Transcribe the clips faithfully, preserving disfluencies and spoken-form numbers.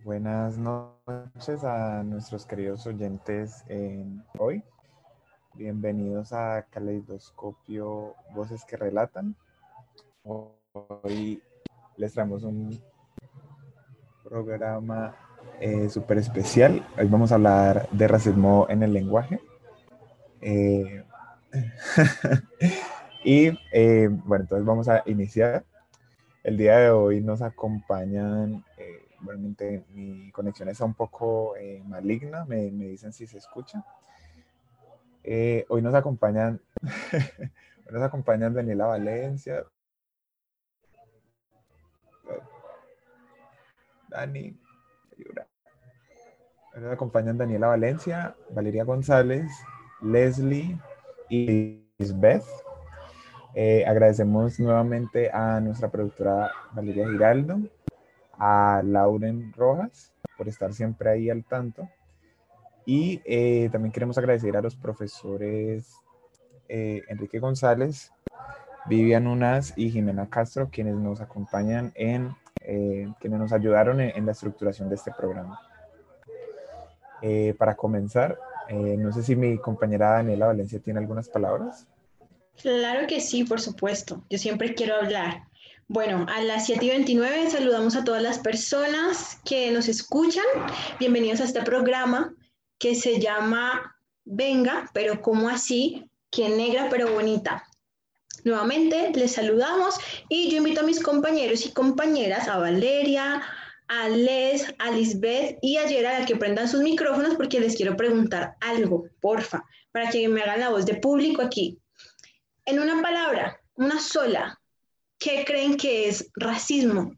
Buenas noches a nuestros queridos oyentes en hoy. Bienvenidos a Caleidoscopio Voces que Relatan. Hoy les traemos un programa eh, súper especial. Hoy vamos a hablar de racismo en el lenguaje. Eh, y eh, bueno, entonces vamos a iniciar. El día de hoy nos acompañan, eh, realmente mi conexión está un poco eh, maligna, me, me, dicen si se escucha. Eh, hoy nos acompañan, hoy nos acompañan Daniela Valencia, Dani, ayuda. Hoy nos acompañan Daniela Valencia, Valeria González, Leslie y Lisbeth. Eh, agradecemos nuevamente a nuestra productora Valeria Giraldo, a Lauren Rojas por estar siempre ahí al tanto. Y eh, también queremos agradecer a los profesores eh, Enrique González, Vivian Unas y Jimena Castro, quienes nos acompañan en, eh, quienes nos ayudaron en, en la estructuración de este programa. Eh, para comenzar, eh, no sé si mi compañera Daniela Valencia tiene algunas palabras. Claro que sí, por supuesto. Yo siempre quiero hablar. Bueno, a las siete y veintinueve saludamos a todas las personas que nos escuchan. Bienvenidos a este programa que se llama Venga, pero ¿cómo así? Que negra pero bonita. Nuevamente les saludamos y yo invito a mis compañeros y compañeras, a Valeria, a Les, a Lisbeth y a Gerard a que prendan sus micrófonos porque les quiero preguntar algo, porfa, para que me hagan la voz de público aquí. En una palabra, una sola, ¿qué creen que es racismo?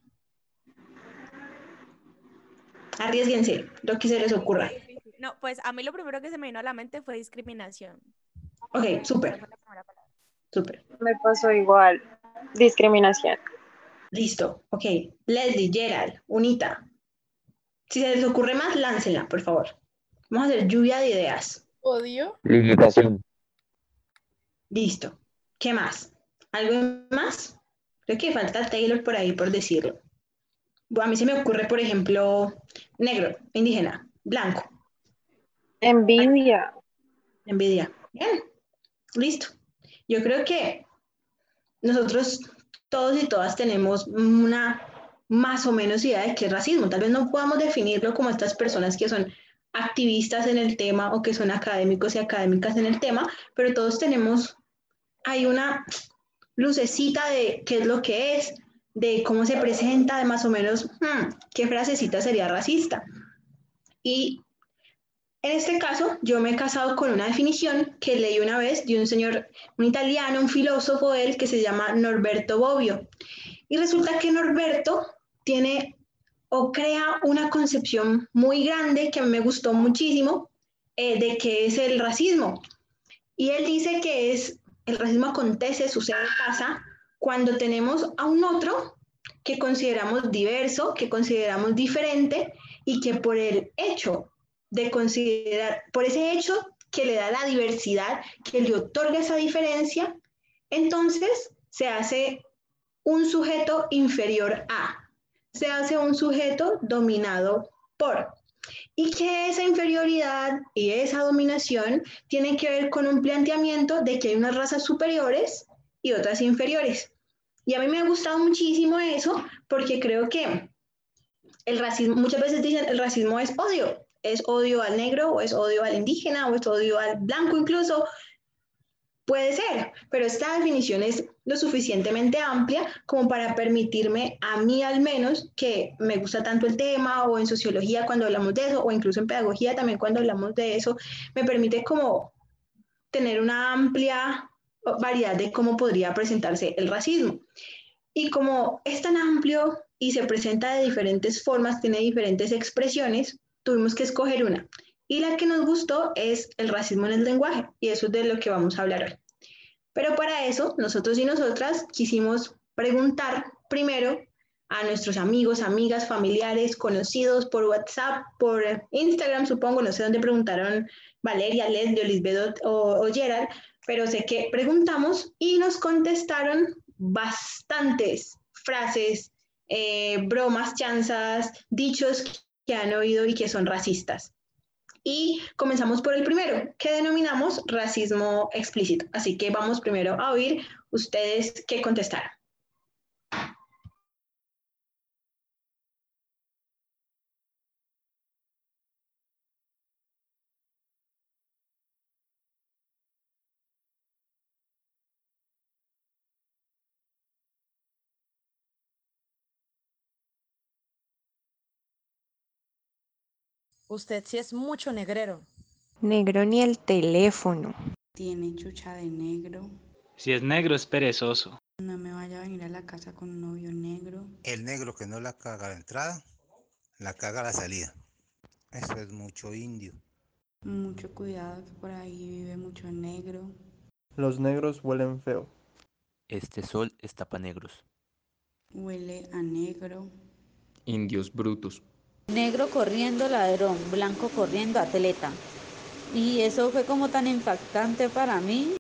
Arriesguense, lo que se les ocurra. Qué difícil. No, pues a mí lo primero que se me vino a la mente fue discriminación. Ok, Esa súper, fue la primera palabra. súper. Me pasó igual. Discriminación. Listo, ok. Leslie, Gerald, Unita. Si se les ocurre más, láncela, por favor. Vamos a hacer lluvia de ideas. Odio. Limitación. Listo. ¿Qué más? ¿Algo más? Creo que falta Taylor por ahí por decirlo. Bueno, a mí se me ocurre, por ejemplo, negro, indígena, blanco, Envidia. envidia. Bien, listo. Yo creo que nosotros todos y todas tenemos una más o menos idea de qué es racismo. Tal vez no podamos definirlo como estas personas que son activistas en el tema o que son académicos y académicas en el tema, pero todos tenemos, hay una lucecita de qué es lo que es, de cómo se presenta, de más o menos hmm, qué frasecita sería racista. Y en este caso, yo me he casado con una definición que leí una vez de un señor, un italiano, un filósofo él, que se llama Norberto Bobbio. Y resulta que Norberto tiene o crea una concepción muy grande que a mí me gustó muchísimo eh, de qué es el racismo. Y él dice que es, el racismo acontece, sucede, pasa, cuando tenemos a un otro que consideramos diverso, que consideramos diferente y que por el hecho de considerar, por ese hecho que le da la diversidad, que le otorga esa diferencia, entonces se hace un sujeto inferior a, se hace un sujeto dominado por. Y que esa inferioridad y esa dominación tienen que ver con un planteamiento de que hay unas razas superiores y otras inferiores. Y a mí me ha gustado muchísimo eso porque creo que el racismo, muchas veces dicen el racismo es odio, es odio al negro o es odio al indígena o es odio al blanco incluso. Puede ser, pero esta definición es lo suficientemente amplia como para permitirme a mí al menos, que me gusta tanto el tema, o en sociología cuando hablamos de eso, o incluso en pedagogía también cuando hablamos de eso, me permite como tener una amplia variedad de cómo podría presentarse el racismo. Y como es tan amplio y se presenta de diferentes formas, tiene diferentes expresiones, tuvimos que escoger una. Y la que nos gustó es el racismo en el lenguaje, y eso es de lo que vamos a hablar hoy. Pero para eso, nosotros y nosotras quisimos preguntar primero a nuestros amigos, amigas, familiares, conocidos por WhatsApp, por Instagram, supongo, no sé dónde preguntaron Valeria, Leslie, Lisbeth o, o Gerald, pero sé que preguntamos y nos contestaron bastantes frases, eh, bromas, chanzas, dichos que han oído y que son racistas. Y comenzamos por el primero, que denominamos racismo explícito. Así que vamos primero a oír ustedes qué contestaron. Usted sí es mucho negrero. Negro ni el teléfono. Tiene chucha de negro. Si es negro es perezoso. No me vaya a venir a la casa con un novio negro. El negro que no la caga a la entrada, la caga a la salida. Eso es mucho indio. Mucho cuidado que por ahí vive mucho negro. Los negros huelen feo. Este sol es tapanegros. Huele a negro. Indios brutos. Negro corriendo ladrón, blanco corriendo atleta. Y eso fue como tan impactante para mí.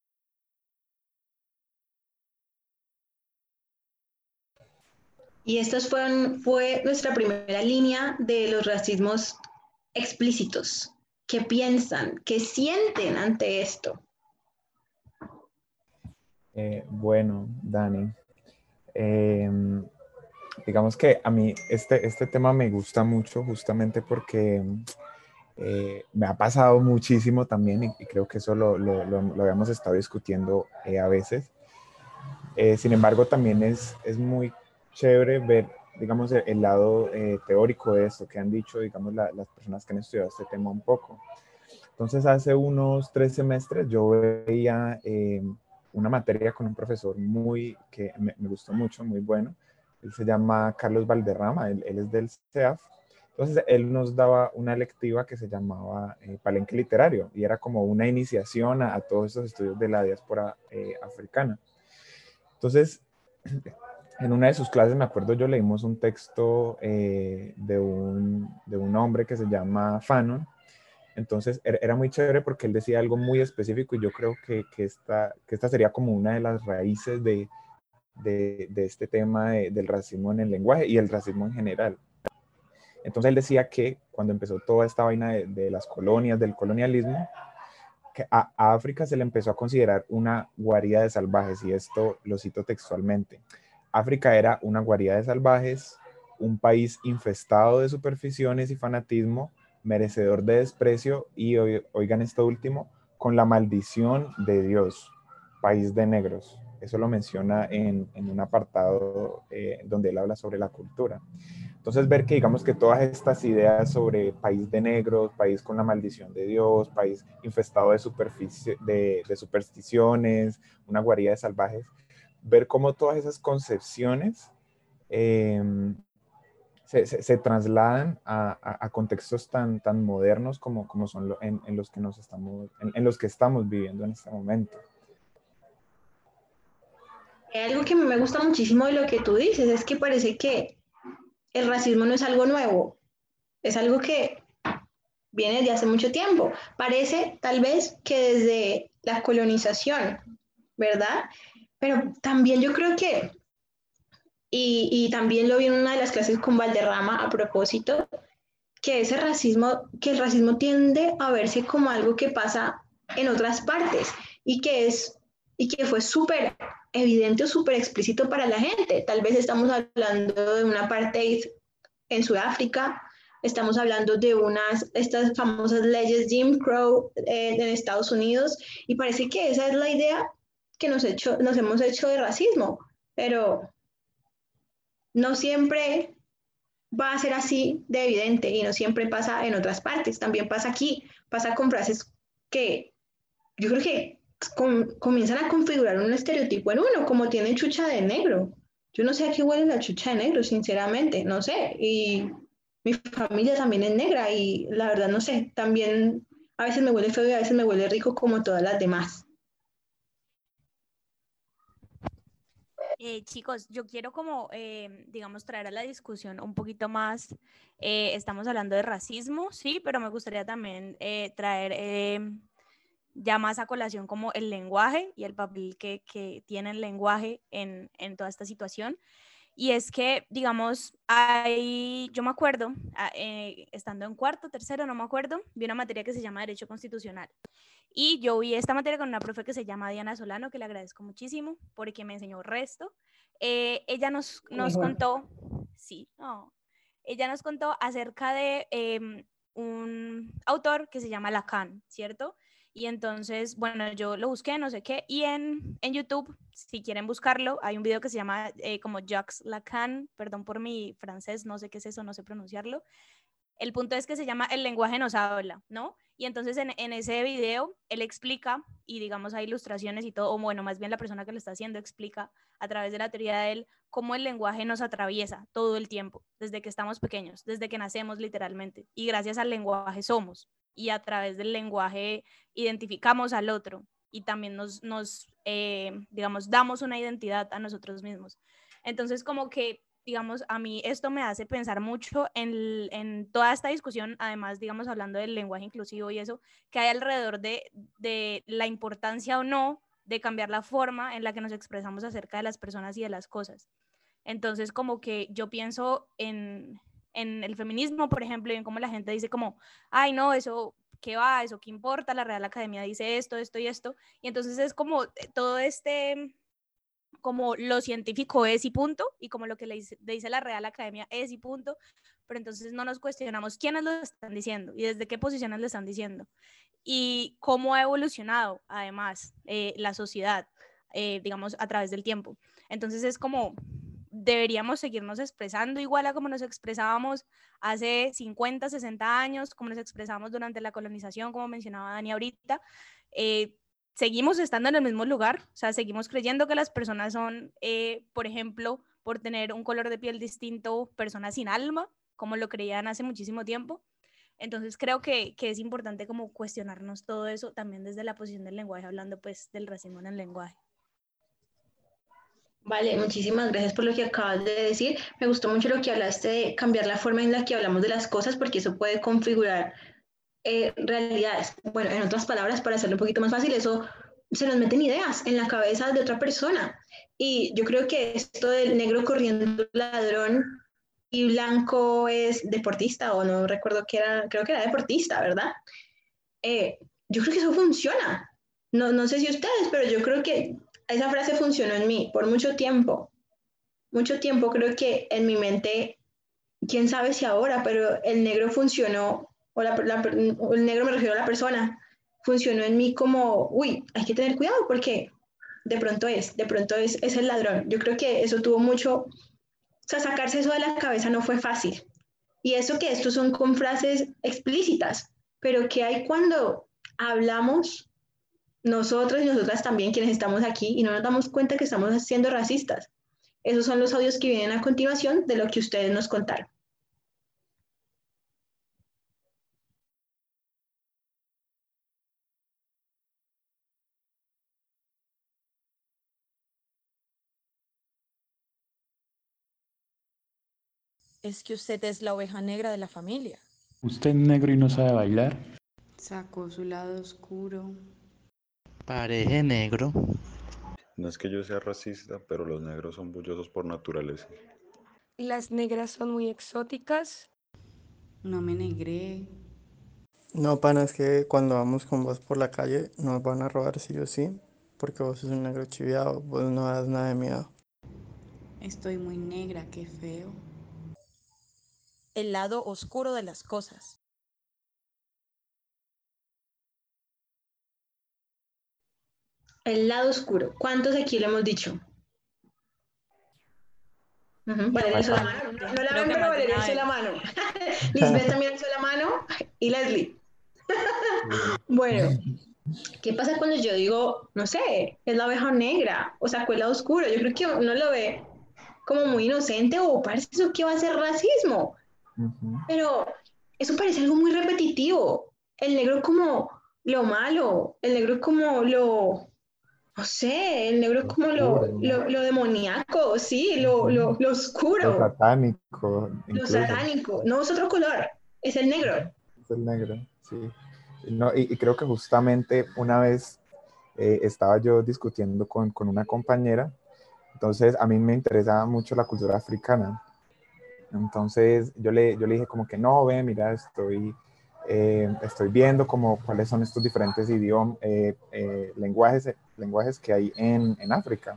Y estos fueron, fue nuestra primera línea de los racismos explícitos. ¿Qué piensan? ¿Qué sienten ante esto? Eh, bueno, Dani, eh, digamos que a mí este, este tema me gusta mucho justamente porque eh, me ha pasado muchísimo también y, y creo que eso lo, lo, lo, lo habíamos estado discutiendo eh, a veces. Eh, sin embargo, también es, es muy chévere ver, digamos, el, el lado eh, teórico de esto que han dicho, digamos, la, las personas que han estudiado este tema un poco. Entonces, hace unos tres semestres yo veía eh, una materia con un profesor muy, que me, me gustó mucho, muy bueno. Él se llama Carlos Valderrama, él, él es del C E A F. Entonces, él nos daba una lectiva que se llamaba eh, Palenque Literario y era como una iniciación a, a todos estos estudios de la diáspora eh, africana. Entonces, en una de sus clases, me acuerdo, yo leímos un texto eh, de, un, de un hombre que se llama Fanon. Entonces, era, era muy chévere porque él decía algo muy específico y yo creo que, que, esta, que esta sería como una de las raíces de, de, de este tema de, del racismo en el lenguaje y el racismo en general. Entonces, él decía que cuando empezó toda esta vaina de, de las colonias, del colonialismo, que a, a África se le empezó a considerar una guarida de salvajes, y esto lo cito textualmente. África era una guarida de salvajes, un país infestado de supersticiones y fanatismo, merecedor de desprecio y, oigan esto último, con la maldición de Dios, país de negros. Eso lo menciona en, en un apartado eh, donde él habla sobre la cultura. Entonces, ver que digamos que todas estas ideas sobre país de negros, país con la maldición de Dios, país infestado de, superficie, de, de supersticiones, una guarida de salvajes, ver cómo todas esas concepciones eh, se, se, se trasladan a, a, a contextos tan, tan modernos como, como son lo, en, en, los que nos estamos, en, en los que estamos viviendo en este momento. Algo que me gusta muchísimo de lo que tú dices es que parece que el racismo no es algo nuevo, es algo que viene de hace mucho tiempo. Parece tal vez que desde la colonización, ¿verdad? Pero también yo creo que, y, y también lo vi en una de las clases con Valderrama a propósito, que ese racismo, que el racismo tiende a verse como algo que pasa en otras partes y que es, y que fue súper evidente o súper explícito para la gente. Tal vez estamos hablando de un apartheid en Sudáfrica, estamos hablando de unas, estas famosas leyes Jim Crow eh, en Estados Unidos, y parece que esa es la idea que nos, hecho, nos hemos hecho de racismo, pero no siempre va a ser así de evidente y no siempre pasa en otras partes, también pasa aquí, pasa con frases que yo creo que con, comienzan a configurar un estereotipo en uno, como tiene chucha de negro. Yo no sé a qué huele la chucha de negro, sinceramente, no sé. Y mi familia también es negra y la verdad no sé, también a veces me huele feo y a veces me huele rico como todas las demás. Eh, chicos, yo quiero como, eh, digamos, traer a la discusión un poquito más, eh, estamos hablando de racismo, sí, pero me gustaría también eh, traer eh, ya más a colación como el lenguaje y el papel que, que tiene el lenguaje en, en toda esta situación. Y es que, digamos, hay, yo me acuerdo, a- eh, estando en cuarto, tercero, no me acuerdo, vi una materia que se llama Derecho Constitucional. Y yo vi esta materia con una profe que se llama Diana Solano, que le agradezco muchísimo porque me enseñó resto. Eh, ella nos, nos Mejor. contó, sí, no, ella nos contó acerca de em, un autor que se llama Lacan, ¿cierto? Y entonces, bueno, yo lo busqué, no sé qué, y en, en YouTube, si quieren buscarlo, hay un video que se llama eh, como Jacques Lacan, perdón por mi francés, no sé qué es eso, no sé pronunciarlo. El punto es que se llama El lenguaje nos habla, ¿no? Y entonces en, en ese video él explica, y digamos hay ilustraciones y todo, o bueno, más bien la persona que lo está haciendo explica a través de la teoría de él cómo el lenguaje nos atraviesa todo el tiempo, desde que estamos pequeños, desde que nacemos literalmente, y gracias al lenguaje somos, y a través del lenguaje identificamos al otro, y también nos, nos eh, digamos, damos una identidad a nosotros mismos. Entonces como que digamos, a mí esto me hace pensar mucho en, en toda esta discusión, además, digamos, hablando del lenguaje inclusivo y eso, que hay alrededor de, de la importancia o no de cambiar la forma en la que nos expresamos acerca de las personas y de las cosas. Entonces, como que yo pienso en, en el feminismo, por ejemplo, y en cómo la gente dice como, ay, no, eso, ¿qué va? ¿Eso qué importa? La Real Academia dice esto, esto y esto. Y entonces es como todo este como lo científico es y punto, y como lo que le dice, le dice la Real Academia es y punto, pero entonces no nos cuestionamos quiénes lo están diciendo y desde qué posiciones lo están diciendo y cómo ha evolucionado además eh, la sociedad, eh, digamos, a través del tiempo. Entonces es como deberíamos seguirnos expresando igual a como nos expresábamos hace cincuenta, sesenta años, como nos expresábamos durante la colonización, como mencionaba Dani ahorita. Eh, seguimos estando en el mismo lugar, o sea, seguimos creyendo que las personas son, eh, por ejemplo, por tener un color de piel distinto, personas sin alma, como lo creían hace muchísimo tiempo. Entonces creo que, que es importante como cuestionarnos todo eso también desde la posición del lenguaje, hablando pues del racismo en el lenguaje. Vale, muchísimas gracias por lo que acabas de decir. Me gustó mucho lo que hablaste de cambiar la forma en la que hablamos de las cosas, porque eso puede configurar eh, realidades. Bueno, en otras palabras, para hacerlo un poquito más fácil, eso se nos meten ideas en la cabeza de otra persona. Y yo creo que esto del negro corriendo ladrón y blanco es deportista, o no recuerdo qué era, creo que era deportista, ¿verdad? Eh, yo creo que eso funciona. No, no sé si ustedes, pero yo creo que esa frase funcionó en mí por mucho tiempo. Mucho tiempo creo que en mi mente, quién sabe si ahora, pero el negro funcionó, o la, la, el negro me refiero a la persona, funcionó en mí como, uy, hay que tener cuidado porque de pronto es, de pronto es, es el ladrón. Yo creo que eso tuvo mucho, o sea, sacarse eso de la cabeza no fue fácil. Y eso que estos son con frases explícitas, pero ¿qué hay cuando hablamos nosotros y nosotras también, quienes estamos aquí, y no nos damos cuenta que estamos siendo racistas? Esos son los audios que vienen a continuación de lo que ustedes nos contaron. Es que usted es la oveja negra de la familia. ¿Usted es negro y no sabe bailar? Sacó su lado oscuro. Parece negro. No es que yo sea racista, pero los negros son bullosos por naturaleza. Las negras son muy exóticas. No me negré. No, pana, es que cuando vamos con vos por la calle nos van a robar sí o sí, porque vos sos un negro chiviado, vos no das nada de miedo. Estoy muy negra, qué feo. El lado oscuro de las cosas. El lado oscuro. ¿Cuántos aquí lo hemos dicho? Uh-huh. Valeria alzó la mano. No, no la ven, pero Valeria alzó la mano. Lisbeth también alzó la mano. Y Leslie. Bueno, ¿qué pasa cuando yo digo, no sé, es la oveja negra o sacó el lado oscuro? Yo creo que uno lo ve como muy inocente o parece eso que va a ser racismo. Uh-huh. Pero eso parece algo muy repetitivo. El negro como lo malo, el negro como lo... No sé, el negro es como lo, lo, lo demoníaco, sí, lo, lo, lo oscuro. Lo satánico. Lo satánico. No es otro color, es el negro. Es el negro, sí. No, y, y creo que justamente una vez eh, estaba yo discutiendo con, con una compañera Entonces, a mí me interesa mucho la cultura africana. Entonces, yo le, yo le dije como que no, ve, mira, estoy, eh, estoy viendo como cuáles son estos diferentes idiomas, eh, eh, lenguajes, lenguajes que hay en, en África.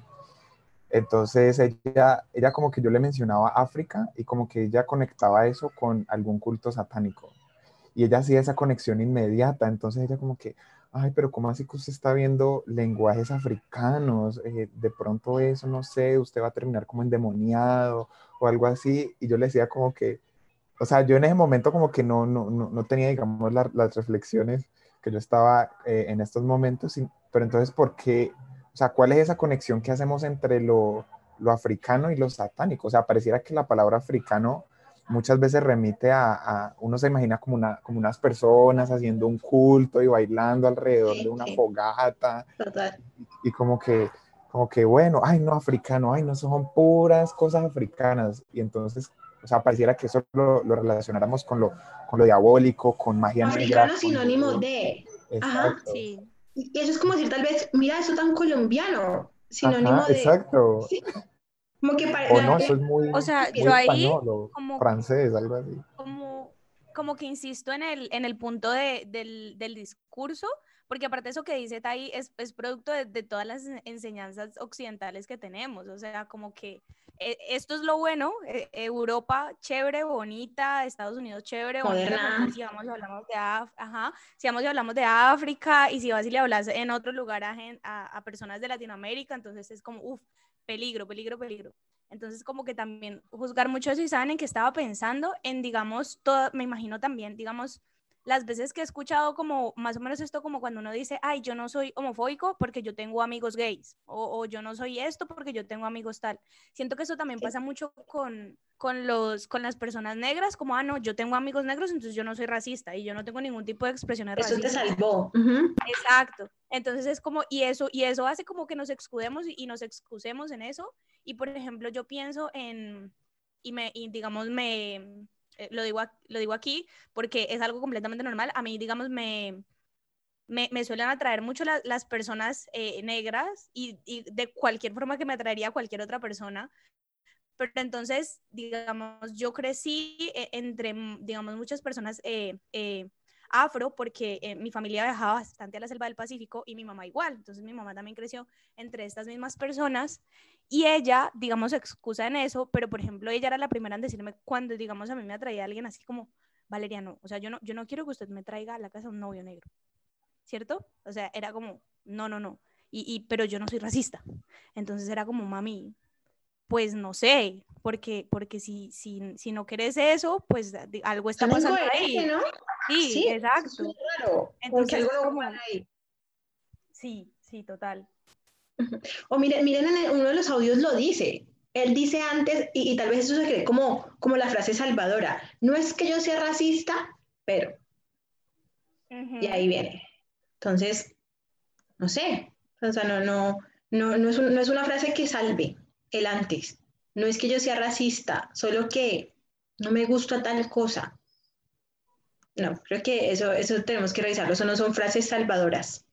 Entonces, ella, ella como que yo le mencionaba África y como que ella conectaba eso con algún culto satánico. Y ella hacía esa conexión inmediata. Entonces, ella como que, ay, pero ¿cómo así que usted está viendo lenguajes africanos? Eh, de pronto eso, no sé, usted va a terminar como endemoniado o algo así. Y yo le decía como que, o sea, yo en ese momento como que no, no, no, no tenía, digamos, la, las reflexiones que yo estaba eh, en estos momentos, y, pero entonces, ¿por qué? O sea, ¿cuál es esa conexión que hacemos entre lo, lo africano y lo satánico? O sea, pareciera que la palabra africano muchas veces remite a, a uno se imagina como, una, como unas personas haciendo un culto y bailando alrededor de Sí, una sí, fogata, total. y, y como que, como que, bueno, ay, no, africano, ay, no, eso son puras cosas africanas. Y entonces, o sea, pareciera que eso lo, lo relacionáramos con lo, con lo diabólico, con magia negra, Africano con sinónimo vudú. de, ajá, Exacto. Sí. y eso es como decir tal vez, mira, eso tan colombiano, Ajá, sinónimo de, exacto. sí, como que para O la, no, la- eso es muy, O sea, muy yo ahí español o como, francés, algo así. como, como que insisto en el, en el punto de, del, del discurso, porque aparte eso que dice Tai es, es producto de, de todas las enseñanzas occidentales que tenemos, o sea, como que eh, esto es lo bueno, eh, Europa chévere, bonita, Estados Unidos chévere, bonita, pero moderna, entonces si vamos y hablamos de, Af ajá, si vamos y hablamos de África, y si vas y le hablas en otro lugar a, a, a personas de Latinoamérica, entonces es como, uff, peligro, peligro, peligro. Entonces, como que también juzgar mucho eso, y saben en qué estaba pensando, en, digamos, todo, me imagino también, digamos, las veces que he escuchado como más o menos esto, como cuando uno dice, ay, yo no soy homofóbico porque yo tengo amigos gays, o, o yo no soy esto porque yo tengo amigos tal. Siento que eso también pasa mucho con, con, los, con las personas negras, como, ah, no, yo tengo amigos negros, entonces yo no soy racista y yo no tengo ningún tipo de expresiones eso te racistas. salvó. Uh-huh. Exacto. Entonces es como, y eso, y eso hace como que nos excudemos y, y nos excusemos en eso. Y por ejemplo, yo pienso en, y me, y digamos, me, eh, lo, digo, lo digo aquí porque es algo completamente normal. A mí, digamos, me, me, me suelen atraer mucho la, las personas eh, negras, y, y de cualquier forma que me atraería a cualquier otra persona. Pero entonces, digamos, yo crecí eh, entre, digamos, muchas personas eh, eh, afro, porque eh, mi familia viajaba bastante a la selva del Pacífico y mi mamá igual. Entonces mi mamá también creció entre estas mismas personas, y ella, digamos, se excusa en eso, pero por ejemplo, ella era la primera en decirme cuando, digamos, a mí me atraía a alguien así como, Valeria, no, o sea, yo no, yo no quiero que usted me traiga a la casa un novio negro, ¿cierto? O sea, era como, no, no, no. Y, y, pero yo no soy racista. Entonces era como, mami, pues no sé, porque, porque si, si, si no querés eso, pues algo está Son pasando incoherentes, ahí. ¿no? Sí, Sí, exacto. es muy raro. Porque Entonces algo es no como, cuadra ahí. sí, sí, total. O miren, miren, en el- uno de los audios lo dice. Él dice antes, y, y tal vez eso se cree como, como la frase salvadora. No es que yo sea racista, pero. Uh-huh. Y ahí viene. Entonces, no sé. O sea, no, no, no, no, es un- no es una frase que salve el antes. No es que yo sea racista, solo que no me gusta tal cosa. No, creo que eso, eso tenemos que revisarlo. Eso no son frases salvadoras.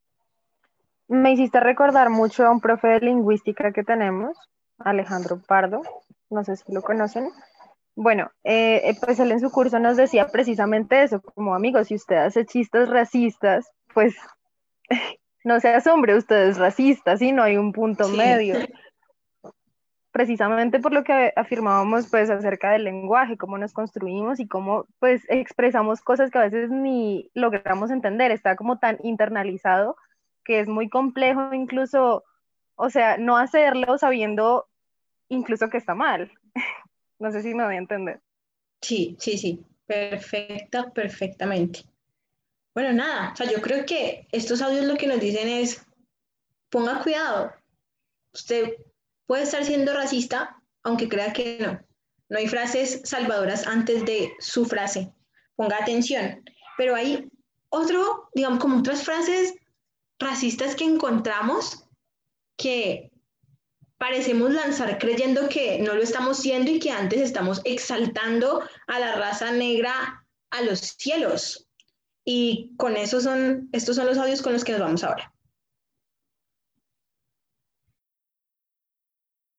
Me hiciste recordar mucho a un profe de lingüística que tenemos, Alejandro Pardo, no sé si lo conocen. Bueno, eh, eh, pues él en su curso nos decía precisamente eso, como amigos, si usted hace chistes racistas, pues no se asombre, usted es racista, ¿sí? No hay un punto Sí. medio. Precisamente por lo que afirmábamos pues acerca del lenguaje, cómo nos construimos y cómo pues expresamos cosas que a veces ni logramos entender, está como tan internalizado que es muy complejo incluso, o sea, no hacerlo sabiendo incluso que está mal. No sé si me voy a entender. Sí, sí, sí. Perfecta, perfectamente. Bueno, nada, o sea, yo creo que estos audios lo que nos dicen es, ponga cuidado, usted puede estar siendo racista, aunque crea que no. No hay frases salvadoras antes de su frase. Ponga atención. Pero hay otro, digamos, como otras frases racistas que encontramos que parecemos lanzar creyendo que no lo estamos siendo y que antes estamos exaltando a la raza negra a los cielos. Y con eso son, estos son los audios con los que nos vamos ahora.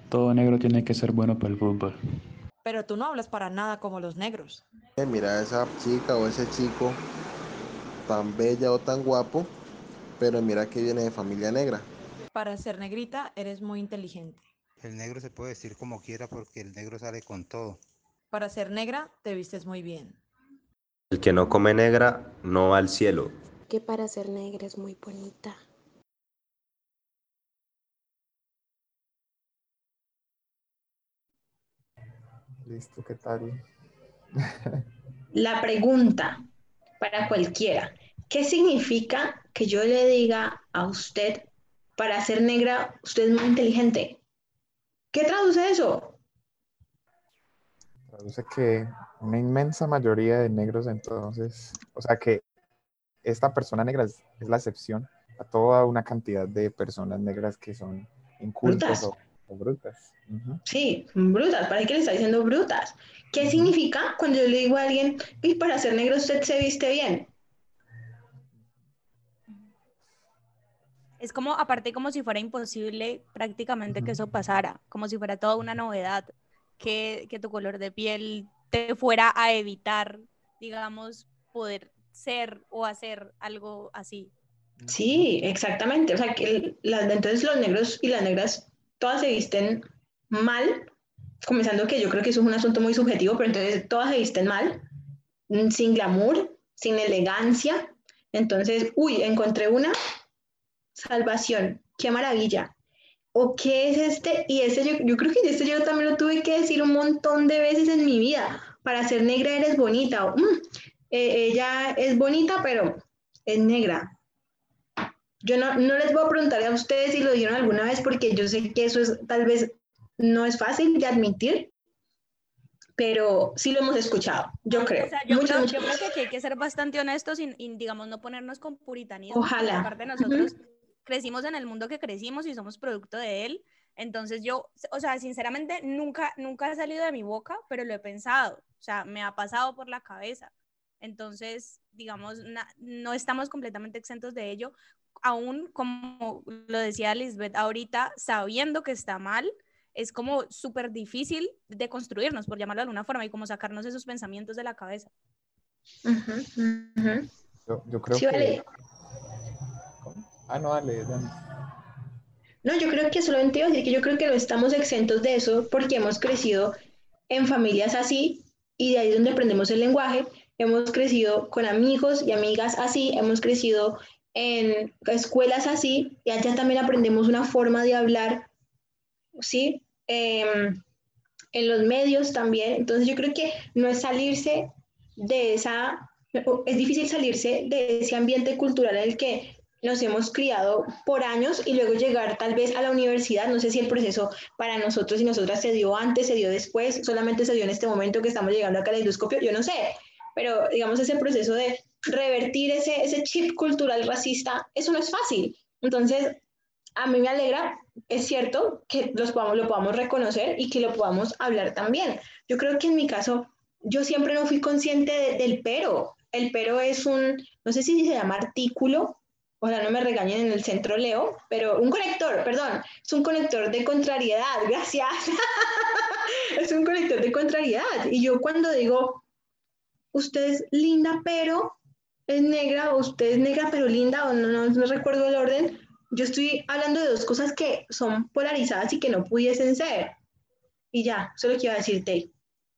Todo negro tiene que ser bueno para el fútbol. Pero tú no hablas para nada como los negros. Eh, Mira a esa chica o ese chico tan bella o tan guapo, pero mira que viene de familia negra. Para ser negrita eres muy inteligente. El negro se puede decir como quiera porque el negro sale con todo. Para ser negra te vistes muy bien. El que no come negra no va al cielo. Que para ser negra es muy bonita. Listo, ¿qué tal? La pregunta para cualquiera, ¿qué significa que yo le diga a usted, para ser negra, usted es muy inteligente? ¿Qué traduce eso? Traduce que una inmensa mayoría de negros entonces, o sea que esta persona negra es, es la excepción a toda una cantidad de personas negras que son incultas o, o brutas. Uh-huh. Sí, brutas, ¿para qué le está diciendo brutas? ¿Qué uh-huh. significa cuando yo le digo a alguien, y para ser negro usted se viste bien? Es como, aparte, como si fuera imposible prácticamente uh-huh. que eso pasara, como si fuera toda una novedad, que, que tu color de piel te fuera a evitar, digamos, poder ser o hacer algo así. Sí, exactamente. O sea, que la, entonces los negros y las negras todas se visten mal, comenzando que yo creo que eso es un asunto muy subjetivo, pero entonces todas se visten mal, sin glamour, sin elegancia. Entonces, uy, encontré una salvación, qué maravilla. ¿O qué es este? Y ese yo, yo creo que este yo también lo tuve que decir un montón de veces en mi vida. Para ser negra eres bonita. O, mm, eh, ella es bonita, pero es negra. Yo no, no les voy a preguntar a ustedes si lo dijeron alguna vez, porque yo sé que eso es, tal vez no es fácil de admitir, pero sí lo hemos escuchado, yo creo. O sea, yo, muchas, creo, muchas yo creo que aquí hay que ser bastante honestos y, y digamos, no ponernos con puritanismo. Ojalá. Aparte de nosotros uh-huh. crecimos en el mundo que crecimos y somos producto de él. Entonces yo, o sea, sinceramente, nunca, nunca ha salido de mi boca, pero lo he pensado. O sea, me ha pasado por la cabeza. Entonces, digamos, na, no estamos completamente exentos de ello. Aún, como lo decía Lisbeth ahorita, sabiendo que está mal, es como súper difícil de construirnos, por llamarlo de alguna forma, y como sacarnos esos pensamientos de la cabeza. Uh-huh, uh-huh. Yo, yo creo sí, que... Vale. Ah, no, dale, dale. No, yo creo que solamente iba a decir que yo creo que no estamos exentos de eso porque hemos crecido en familias así y de ahí es donde aprendemos el lenguaje. Hemos crecido con amigos y amigas así, hemos crecido en escuelas así y allá también aprendemos una forma de hablar, ¿sí? Eh, en los medios también. Entonces yo creo que no es salirse de esa, es difícil salirse de ese ambiente cultural en el que nos hemos criado por años y luego llegar tal vez a la universidad. No sé si el proceso para nosotros y nosotras se dio antes, se dio después, solamente se dio en este momento que estamos llegando a Caleidoscopio, yo no sé, pero digamos ese proceso de revertir ese, ese chip cultural racista, eso no es fácil. Entonces, a mí me alegra, es cierto, que los podamos, lo podamos reconocer y que lo podamos hablar también. Yo creo que en mi caso, yo siempre no fui consciente de, del pero. El pero es un, no sé si se llama artículo, o sea, no me regañen en el centro Leo, pero un conector, perdón, es un conector de contrariedad, gracias. Es un conector de contrariedad. Y yo cuando digo, usted es linda pero es negra, o usted es negra pero linda, o no, no, no recuerdo el orden, yo estoy hablando de dos cosas que son polarizadas y que no pudiesen ser. Y ya, eso es lo que iba a decirte.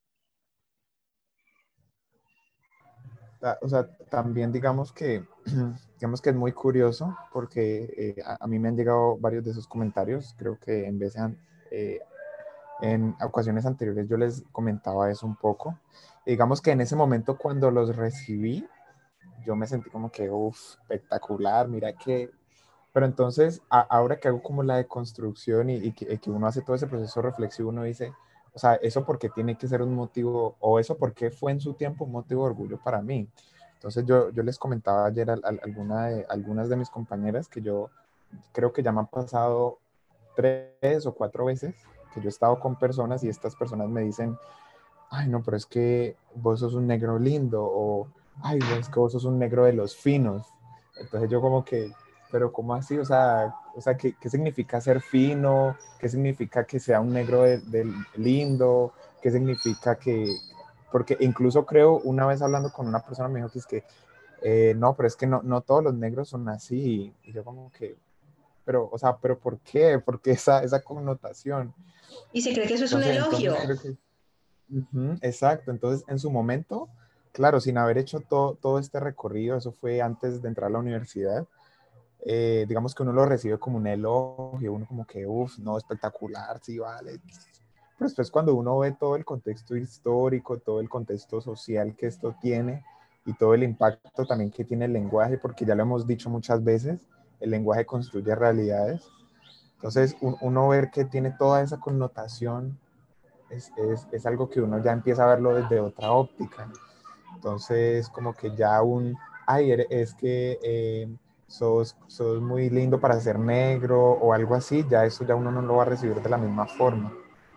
O sea, también digamos que, digamos que es muy curioso porque eh, a, a mí me han llegado varios de esos comentarios. Creo que en vez de, eh, en ocasiones anteriores yo les comentaba eso un poco. Y digamos que en ese momento cuando los recibí, yo me sentí como que, uff, espectacular, mira que... Pero entonces, a, ahora que hago como la deconstrucción y, y, que, y que uno hace todo ese proceso reflexivo, uno dice, o sea, eso porque tiene que ser un motivo, o eso porque fue en su tiempo un motivo de orgullo para mí. Entonces yo, yo les comentaba ayer a, a alguna de, algunas de mis compañeras que yo creo que ya me han pasado tres o cuatro veces que yo he estado con personas y estas personas me dicen, ay no, pero es que vos sos un negro lindo, o ay, es que vos sos un negro de los finos. Entonces yo como que, pero ¿cómo así? O sea, o sea ¿qué, qué significa ser fino? ¿Qué significa que sea un negro de, de lindo? ¿Qué significa que...? Porque incluso creo, una vez hablando con una persona me dijo que es que, eh, no, pero es que no, no todos los negros son así. Y yo como que, pero, o sea, ¿pero por qué? ¿Por qué esa, esa connotación? Y se cree que eso es Entonces, un elogio. entonces creo que, uh-huh, exacto, entonces en su momento, claro, sin haber hecho todo, todo este recorrido, eso fue antes de entrar a la universidad, eh, digamos que uno lo recibe como un elogio, uno como que, uff, no, espectacular, sí, vale. Pero después cuando uno ve todo el contexto histórico, todo el contexto social que esto tiene y todo el impacto también que tiene el lenguaje, porque ya lo hemos dicho muchas veces, el lenguaje construye realidades. Entonces, un, uno ver que tiene toda esa connotación es, es, es algo que uno ya empieza a verlo desde otra óptica. Entonces, como que ya un, ay, es que eh, sos, sos muy lindo para ser negro o algo así, ya eso ya uno no lo va a recibir de la misma forma.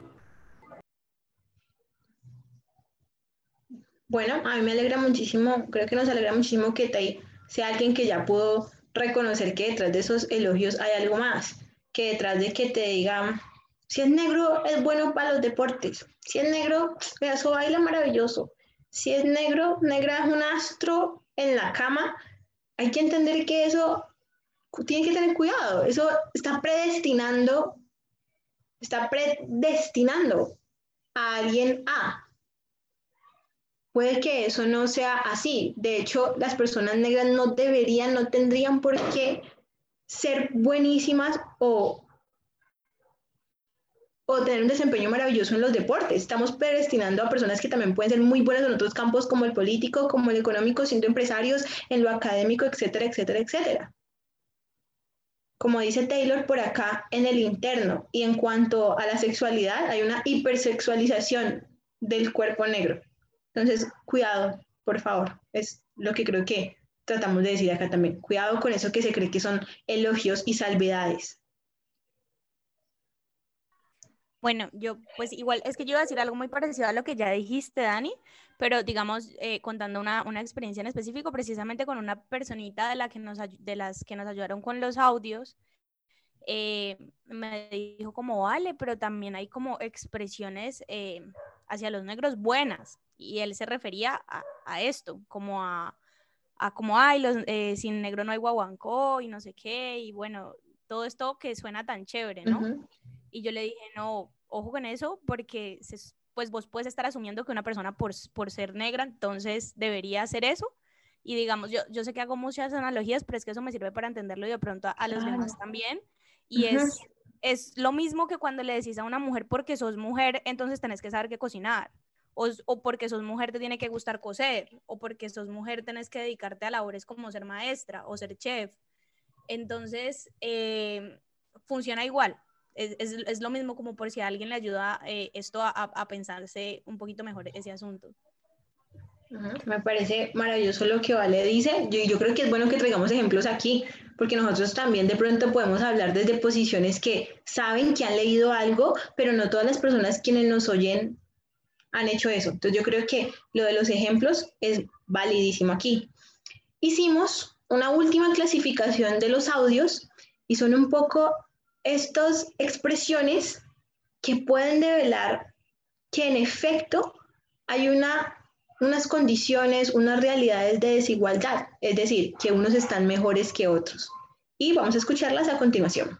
Bueno, a mí me alegra muchísimo, creo que nos alegra muchísimo que Tai sea alguien que ya pudo reconocer que detrás de esos elogios hay algo más, que detrás de que te digan, si es negro es bueno para los deportes, si es negro, eso baila maravilloso, si es negro, negra es un astro en la cama, hay que entender que eso tiene que tener cuidado, eso está predestinando, está predestinando a alguien a. Puede que eso no sea así. De hecho, las personas negras no deberían, no tendrían por qué ser buenísimas o, o tener un desempeño maravilloso en los deportes. Estamos predestinando a personas que también pueden ser muy buenas en otros campos como el político, como el económico, siendo empresarios, en lo académico, etcétera, etcétera, etcétera. Como dice Taylor por acá, en el interno. Y en cuanto a la sexualidad, hay una hipersexualización del cuerpo negro. Entonces, cuidado, por favor, es lo que creo que tratamos de decir acá también. Cuidado con eso que se cree que son elogios y salvedades. Bueno, yo pues igual, es que yo iba a decir algo muy parecido a lo que ya dijiste, Dani, pero digamos, eh, contando una, una experiencia en específico, precisamente con una personita de, la que nos, de las que nos ayudaron con los audios, eh, me dijo como, vale, pero también hay como expresiones eh, hacia los negros buenas, y él se refería a, a esto, como a, a como, ay, los, eh, sin negro no hay guaguancó, y no sé qué, y bueno, todo esto que suena tan chévere, ¿no? Uh-huh. Y yo le dije, no, ojo con eso, porque se, pues vos puedes estar asumiendo que una persona por, por ser negra, entonces debería hacer eso. Y digamos, yo, yo sé que hago muchas analogías, pero es que eso me sirve para entenderlo y de pronto a, a los claro. demás también. Y uh-huh. es, es lo mismo que cuando le decís a una mujer, porque sos mujer, entonces tenés que saber qué cocinar. O, o porque sos mujer te tiene que gustar coser. O porque sos mujer tenés que dedicarte a labores como ser maestra o ser chef. Entonces, eh, funciona igual. Es, es, es lo mismo como por si a alguien le ayuda eh, esto a, a pensarse un poquito mejor ese asunto. Uh-huh. Me parece maravilloso lo que Vale dice. Yo, yo creo que es bueno que traigamos ejemplos aquí, porque nosotros también de pronto podemos hablar desde posiciones que saben que han leído algo, pero no todas las personas quienes nos oyen han hecho eso. Entonces yo creo que lo de los ejemplos es validísimo aquí. Hicimos una última clasificación de los audios y son un poco estas expresiones que pueden develar que en efecto hay una, unas condiciones, unas realidades de desigualdad, es decir, que unos están mejores que otros. Y vamos a escucharlas a continuación.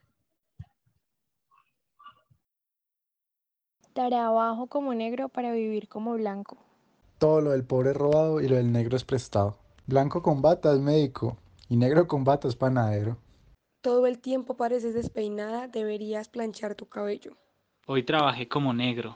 Trabajo como negro para vivir como blanco. Todo lo del pobre es robado y lo del negro es prestado. Blanco con bata es médico y negro con bata es panadero. Todo el tiempo pareces despeinada, deberías planchar tu cabello. Hoy trabajé como negro.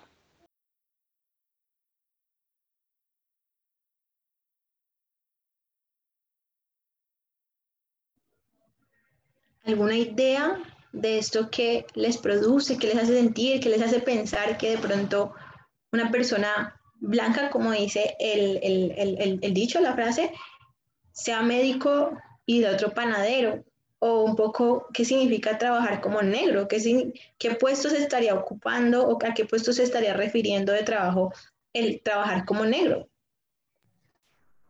¿Alguna idea de esto que les produce, que les hace sentir, que les hace pensar que de pronto una persona blanca, como dice el, el, el, el, el dicho, la frase, sea médico y de otro panadero? O un poco qué significa trabajar como negro, qué, qué puestos se estaría ocupando o a qué puestos se estaría refiriendo de trabajo el trabajar como negro.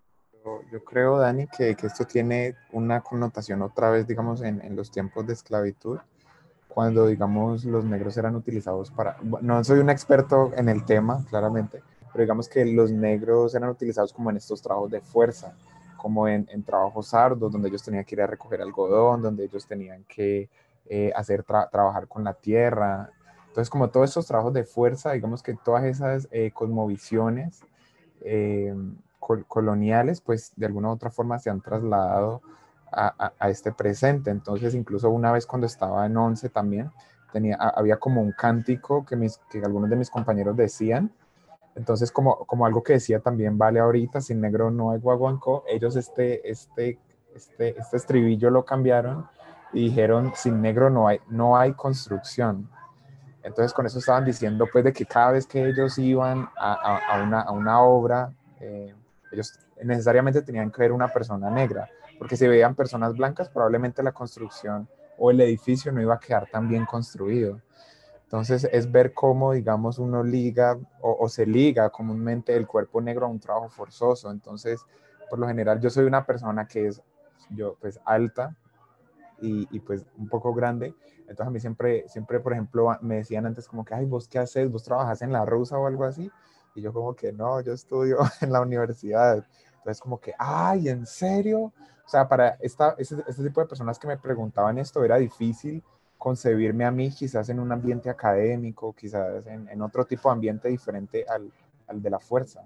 Yo creo, Dani, que, que esto tiene una connotación otra vez, digamos, en, en los tiempos de esclavitud, cuando, digamos, los negros eran utilizados para... No soy un experto en el tema, claramente, pero digamos que los negros eran utilizados como en estos trabajos de fuerza, como en, en trabajos arduos, donde ellos tenían que ir a recoger algodón, donde ellos tenían que eh, hacer tra trabajar con la tierra. Entonces, como todos estos trabajos de fuerza, digamos que todas esas eh, cosmovisiones eh, col coloniales, pues de alguna u otra forma se han trasladado a, a, a este presente. Entonces, incluso una vez cuando estaba en once también, tenía, a, había como un cántico que, mis, que algunos de mis compañeros decían. Entonces, como, como algo que decía también Vale ahorita, sin negro no hay guaguancó, ellos este, este, este, este estribillo lo cambiaron y dijeron, sin negro no hay, no hay construcción. Entonces, con eso estaban diciendo, pues, de que cada vez que ellos iban a, a, a, una, a una obra, eh, ellos necesariamente tenían que ver una persona negra, porque si veían personas blancas, probablemente la construcción o el edificio no iba a quedar tan bien construido. Entonces, es ver cómo, digamos, uno liga o, o se liga comúnmente el cuerpo negro a un trabajo forzoso. Entonces, por lo general, yo soy una persona que es, yo, pues, alta, Y, y pues un poco grande. Entonces a mí siempre, siempre, por ejemplo, me decían antes como que, ay, ¿vos qué haces? ¿Vos trabajas en la Rusa o algo así? Y yo como que, no, yo estudio en la universidad. Entonces como que, ay, ¿en serio? O sea, para esta, este, este tipo de personas que me preguntaban esto, era difícil concebirme a mí quizás en un ambiente académico, quizás en, en otro tipo de ambiente diferente al, al de la fuerza.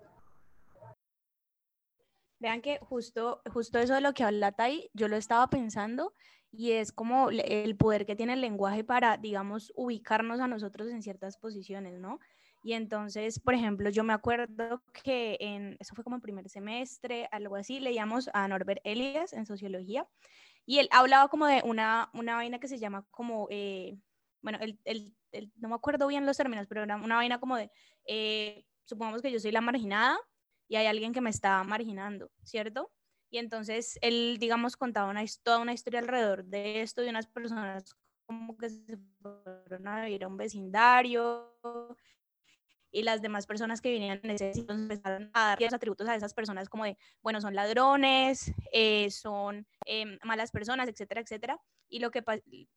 Vean que justo, justo eso de lo que habla Tai, yo lo estaba pensando y es como el poder que tiene el lenguaje para, digamos, ubicarnos a nosotros en ciertas posiciones, ¿no? Y entonces, por ejemplo, yo me acuerdo que en, eso fue como en primer semestre, algo así, leíamos a Norbert Elias en sociología y él hablaba como de una, una vaina que se llama como, eh, bueno, el, el, el, no me acuerdo bien los términos, pero era una vaina como de, eh, supongamos que yo soy la marginada, y hay alguien que me está marginando, ¿cierto? Y entonces él, digamos, contaba una, toda una historia alrededor de esto, de unas personas como que se fueron a vivir a un vecindario y las demás personas que vinieron en ese sitio empezaron a dar los atributos a esas personas como de, bueno, son ladrones, eh, son eh, malas personas, etcétera, etcétera. Y lo que,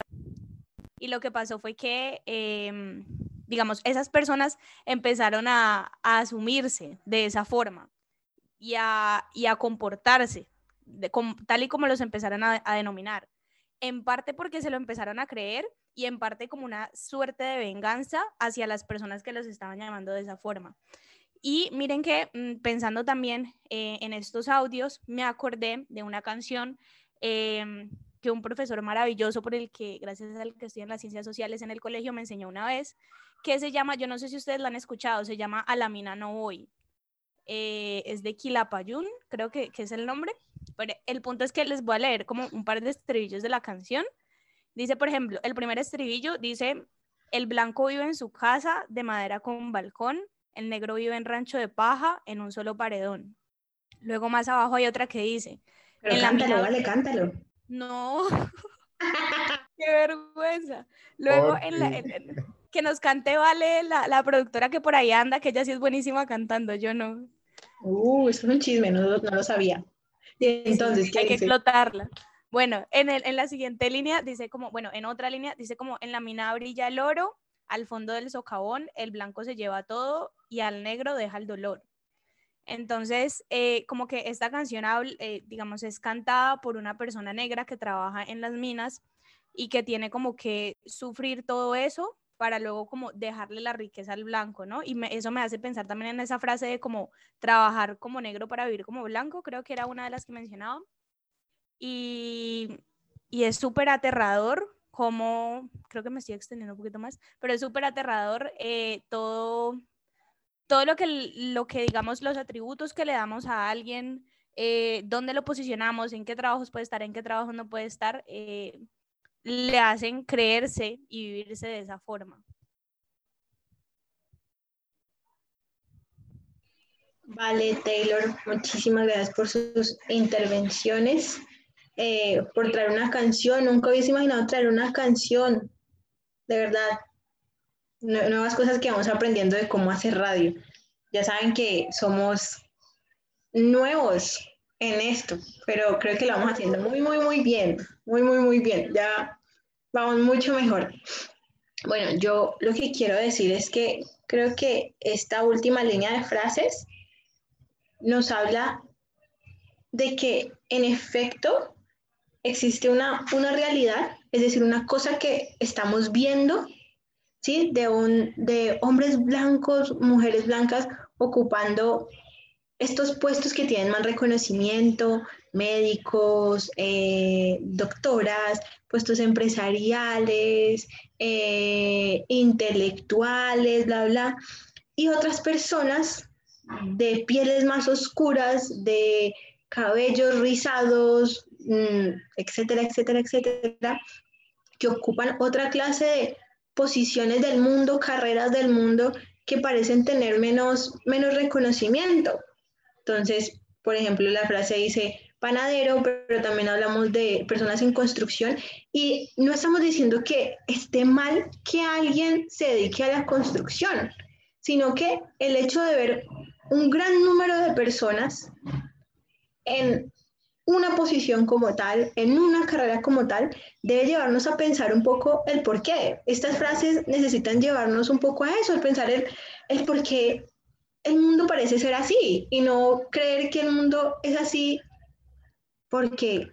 y lo que pasó fue que... Eh, digamos, esas personas empezaron a, a asumirse de esa forma y a, y a comportarse de, com, tal y como los empezaron a, a denominar, en parte porque se lo empezaron a creer y en parte como una suerte de venganza hacia las personas que los estaban llamando de esa forma. Y miren que pensando también eh, en estos audios, me acordé de una canción eh, que un profesor maravilloso por el que, gracias al que estoy en las ciencias sociales en el colegio, me enseñó una vez, que se llama, yo no sé si ustedes la han escuchado, se llama A la mina no voy. Eh, es de Quilapayún, creo que, que es el nombre, pero el punto es que les voy a leer como un par de estribillos de la canción. Dice, por ejemplo, el primer estribillo dice, el blanco vive en su casa de madera con balcón, el negro vive en rancho de paja en un solo paredón. Luego más abajo hay otra que dice, pero en cántalo, la mina... vale, cántalo. No, qué vergüenza. Luego okay. en la, en, en, que nos cante Vale, la, la productora que por ahí anda, que ella sí es buenísima cantando, yo no. Uh, eso es un chisme, no, no lo sabía. Y entonces, sí, ¿qué hay dice? que explotarla. Bueno, en, el, en la siguiente línea dice como, bueno, en otra línea dice como, en la mina brilla el oro, al fondo del socavón, el blanco se lleva todo y al negro deja el dolor. Entonces, eh, como que esta canción, eh, digamos, es cantada por una persona negra que trabaja en las minas y que tiene como que sufrir todo eso para luego como dejarle la riqueza al blanco, ¿no? Y me, eso me hace pensar también en esa frase de como trabajar como negro para vivir como blanco, creo que era una de las que mencionaba. Y, y es súper aterrador, como, creo que me estoy extendiendo un poquito más, pero es súper aterrador eh, todo... todo lo que, lo que, digamos, los atributos que le damos a alguien, eh, dónde lo posicionamos, en qué trabajos puede estar, en qué trabajos no puede estar, eh, le hacen creerse y vivirse de esa forma. Vale, Taylor, muchísimas gracias por sus intervenciones, eh, por traer una canción. Nunca hubiese imaginado traer una canción, de verdad. Nuevas cosas que vamos aprendiendo de cómo hacer radio. Ya saben que somos nuevos en esto, pero creo que lo vamos haciendo muy, muy, muy bien, muy, muy, muy bien, ya vamos mucho mejor. Bueno, yo lo que quiero decir es que creo que esta última línea de frases nos habla de que en efecto existe una, una realidad, es decir, una cosa que estamos viendo, ¿sí? De, un, de hombres blancos, mujeres blancas ocupando estos puestos que tienen más reconocimiento, médicos, eh, doctoras, puestos empresariales, eh, intelectuales, bla, bla, y otras personas de pieles más oscuras, de cabellos rizados, mmm, etcétera, etcétera, etcétera, que ocupan otra clase de posiciones del mundo, carreras del mundo que parecen tener menos, menos reconocimiento. Entonces, por ejemplo, la frase dice panadero, pero también hablamos de personas en construcción y no estamos diciendo que esté mal que alguien se dedique a la construcción, sino que el hecho de ver un gran número de personas en una posición como tal, en una carrera como tal, debe llevarnos a pensar un poco el por qué. Estas frases necesitan llevarnos un poco a eso, el pensar el, el por qué el mundo parece ser así y no creer que el mundo es así porque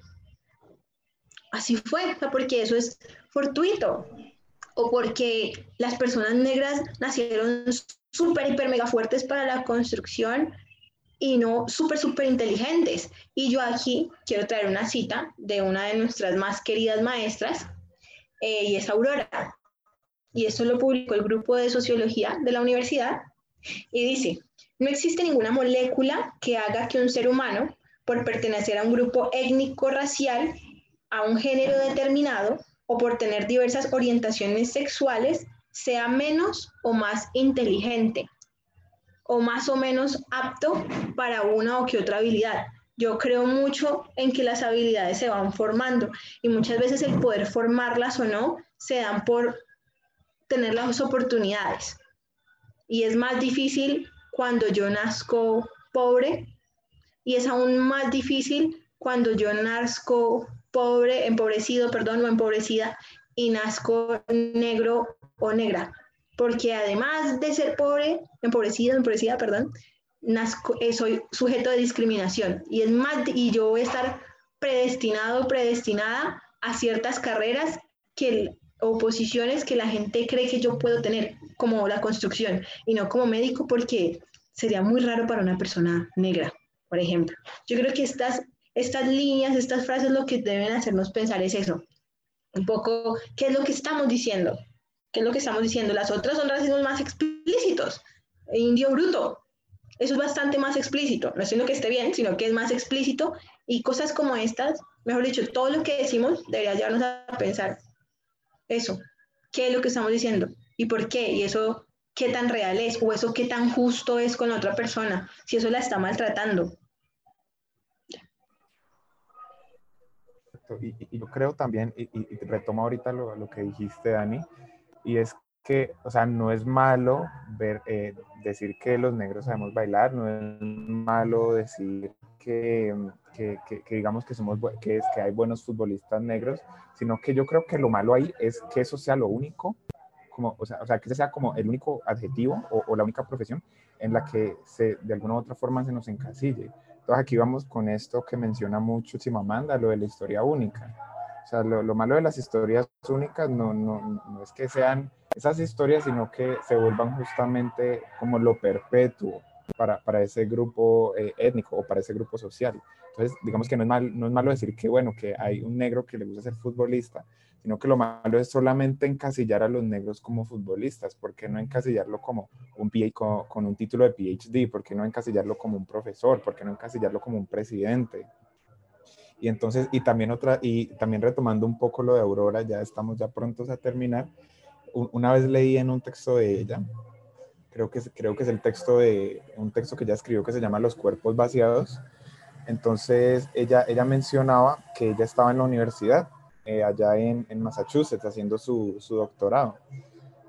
así fue, o porque eso es fortuito o porque las personas negras nacieron súper, hiper, mega fuertes para la construcción y no súper, súper inteligentes. Y yo aquí quiero traer una cita de una de nuestras más queridas maestras, eh, y es Aurora. Y esto lo publicó el grupo de sociología de la universidad, y dice, no existe ninguna molécula que haga que un ser humano, por pertenecer a un grupo étnico-racial, a un género determinado, o por tener diversas orientaciones sexuales, sea menos o más inteligente, o más o menos apto para una o que otra habilidad. Yo creo mucho en que las habilidades se van formando y muchas veces el poder formarlas o no se dan por tener las oportunidades. Y es más difícil cuando yo nazco pobre y es aún más difícil cuando yo nazco pobre, empobrecido, perdón, o empobrecida y nazco negro o negra. Porque además de ser pobre, empobrecido, empobrecida, perdón, nazco, eh, soy sujeto de discriminación y es más, y yo voy a estar predestinado, predestinada a ciertas carreras que, o posiciones que la gente cree que yo puedo tener, como la construcción, y no como médico, porque sería muy raro para una persona negra, por ejemplo. Yo creo que estas, estas líneas, estas frases, lo que deben hacernos pensar es eso, un poco, ¿qué es lo que estamos diciendo? ¿Qué es lo que estamos diciendo? Las otras son racismos más explícitos. Indio bruto, eso es bastante más explícito. No es sino que esté bien, sino que es más explícito. Y cosas como estas, mejor dicho, todo lo que decimos debería llevarnos a pensar eso. ¿Qué es lo que estamos diciendo? ¿Y por qué? Y eso, ¿qué tan real es? O eso, ¿qué tan justo es con la otra persona? Si eso la está maltratando. Y, y yo creo también, y, y retomo ahorita lo, lo que dijiste, Dani, y es que, o sea, no es malo ver, eh, decir que los negros sabemos bailar, no es malo decir que, que, que, que digamos que, somos, que, es, que hay buenos futbolistas negros, sino que yo creo que lo malo ahí es que eso sea lo único, como, o, sea, o sea, que ese sea como el único adjetivo o, o la única profesión en la que se, de alguna u otra forma se nos encasille. Entonces aquí vamos con esto que menciona mucho Chimamanda, lo de la historia única. O sea, lo, lo malo de las historias únicas no, no, no es que sean esas historias, sino que se vuelvan justamente como lo perpetuo para, para ese grupo eh, étnico o para ese grupo social. Entonces, digamos que no es, mal, no es malo decir que, bueno, que hay un negro que le gusta ser futbolista, sino que lo malo es solamente encasillar a los negros como futbolistas. ¿Por qué no encasillarlo como un P H D, con, con un título de P H D? ¿Por qué no encasillarlo como un profesor? ¿Por qué no encasillarlo como un presidente? Y entonces, y también otra, y también retomando un poco lo de Aurora, ya estamos ya prontos a terminar. Una vez leí en un texto de ella, creo que, creo que es el texto de, un texto que ella escribió que se llama Los cuerpos vaciados. Entonces, ella, ella mencionaba que ella estaba en la universidad, eh, allá en, en Massachusetts, haciendo su, su doctorado.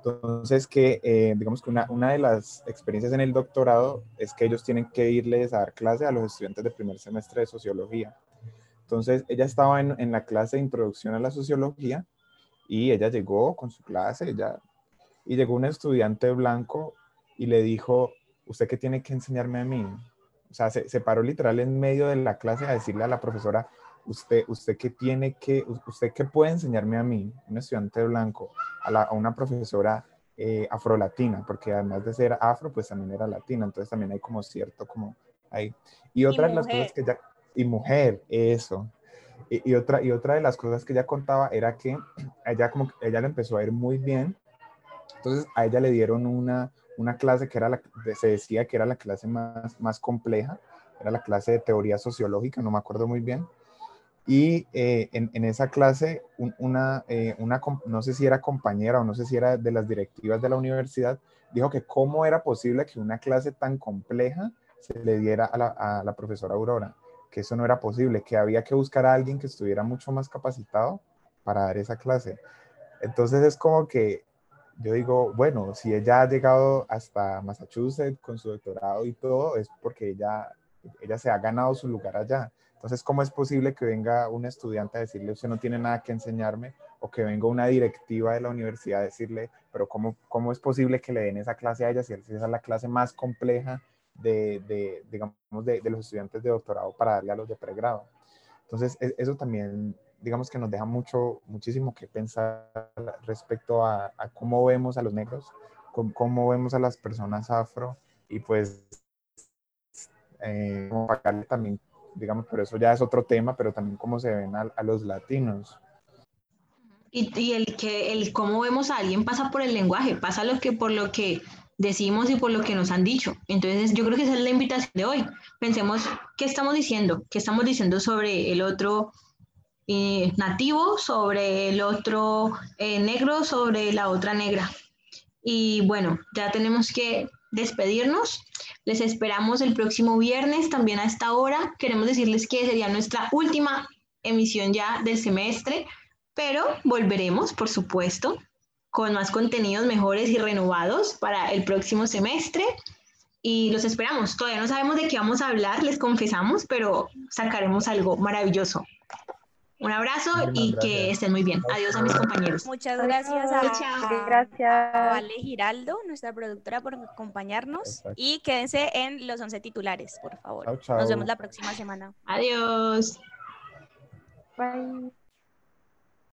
Entonces, que eh, digamos que una, una de las experiencias en el doctorado es que ellos tienen que irles a dar clase a los estudiantes de primer semestre de sociología. Entonces, ella estaba en, en la clase de introducción a la sociología y ella llegó con su clase, ella, y llegó un estudiante blanco y le dijo, ¿usted qué tiene que enseñarme a mí? O sea, se, se paró literal en medio de la clase a decirle a la profesora, usted, usted qué tiene que, usted qué puede enseñarme a mí, un estudiante blanco, a, la, a una profesora eh, afrolatina, porque además de ser afro, pues también era latina, entonces también hay como cierto, como ahí. Y otra de las cosas que ella, y mujer, eso. Y, y, otra, y otra de las cosas que ella contaba era que ella, como, ella le empezó a ir muy bien, entonces a ella le dieron una, una clase que era la, se decía que era la clase más, más compleja, era la clase de teoría sociológica, no me acuerdo muy bien, y eh, en, en esa clase un, una, eh, una, no sé si era compañera o no sé si era de las directivas de la universidad, dijo que cómo era posible que una clase tan compleja se le diera a la, a la profesora Aurora, que eso no era posible, que había que buscar a alguien que estuviera mucho más capacitado para dar esa clase. Entonces es como que yo digo, bueno, si ella ha llegado hasta Massachusetts con su doctorado y todo, es porque ella, ella se ha ganado su lugar allá. Entonces, ¿cómo es posible que venga un estudiante a decirle, usted no tiene nada que enseñarme? O que venga una directiva de la universidad a decirle, pero ¿cómo, cómo es posible que le den esa clase a ella si esa es la clase más compleja de, de digamos, de, de los estudiantes de doctorado para darle a los de pregrado? Entonces, eso también, digamos que nos deja mucho, muchísimo que pensar respecto a, a cómo vemos a los negros, cómo, cómo vemos a las personas afro, y pues eh, cómo pagarle también, digamos, pero eso ya es otro tema, pero también cómo se ven a, a los latinos. Y, y el que el cómo vemos a alguien pasa por el lenguaje, pasa lo que por lo que decimos y por lo que nos han dicho. Entonces, yo creo que esa es la invitación de hoy. Pensemos qué estamos diciendo, qué estamos diciendo sobre el otro eh, nativo, sobre el otro eh, negro, sobre la otra negra. Y bueno, ya tenemos que despedirnos. Les esperamos el próximo viernes también a esta hora. Queremos decirles que sería nuestra última emisión ya del semestre, pero volveremos, por supuesto, con más contenidos mejores y renovados para el próximo semestre. Y los esperamos. Todavía no sabemos de qué vamos a hablar, les confesamos, pero sacaremos algo maravilloso. Un abrazo y que estén muy bien. Adiós a mis compañeros. Muchas gracias a, a, Gracias. a Vale Giraldo, nuestra productora, por acompañarnos. Exacto. Y quédense en los once titulares, por favor. Chao, chao. Nos vemos la próxima semana. Adiós. Bye.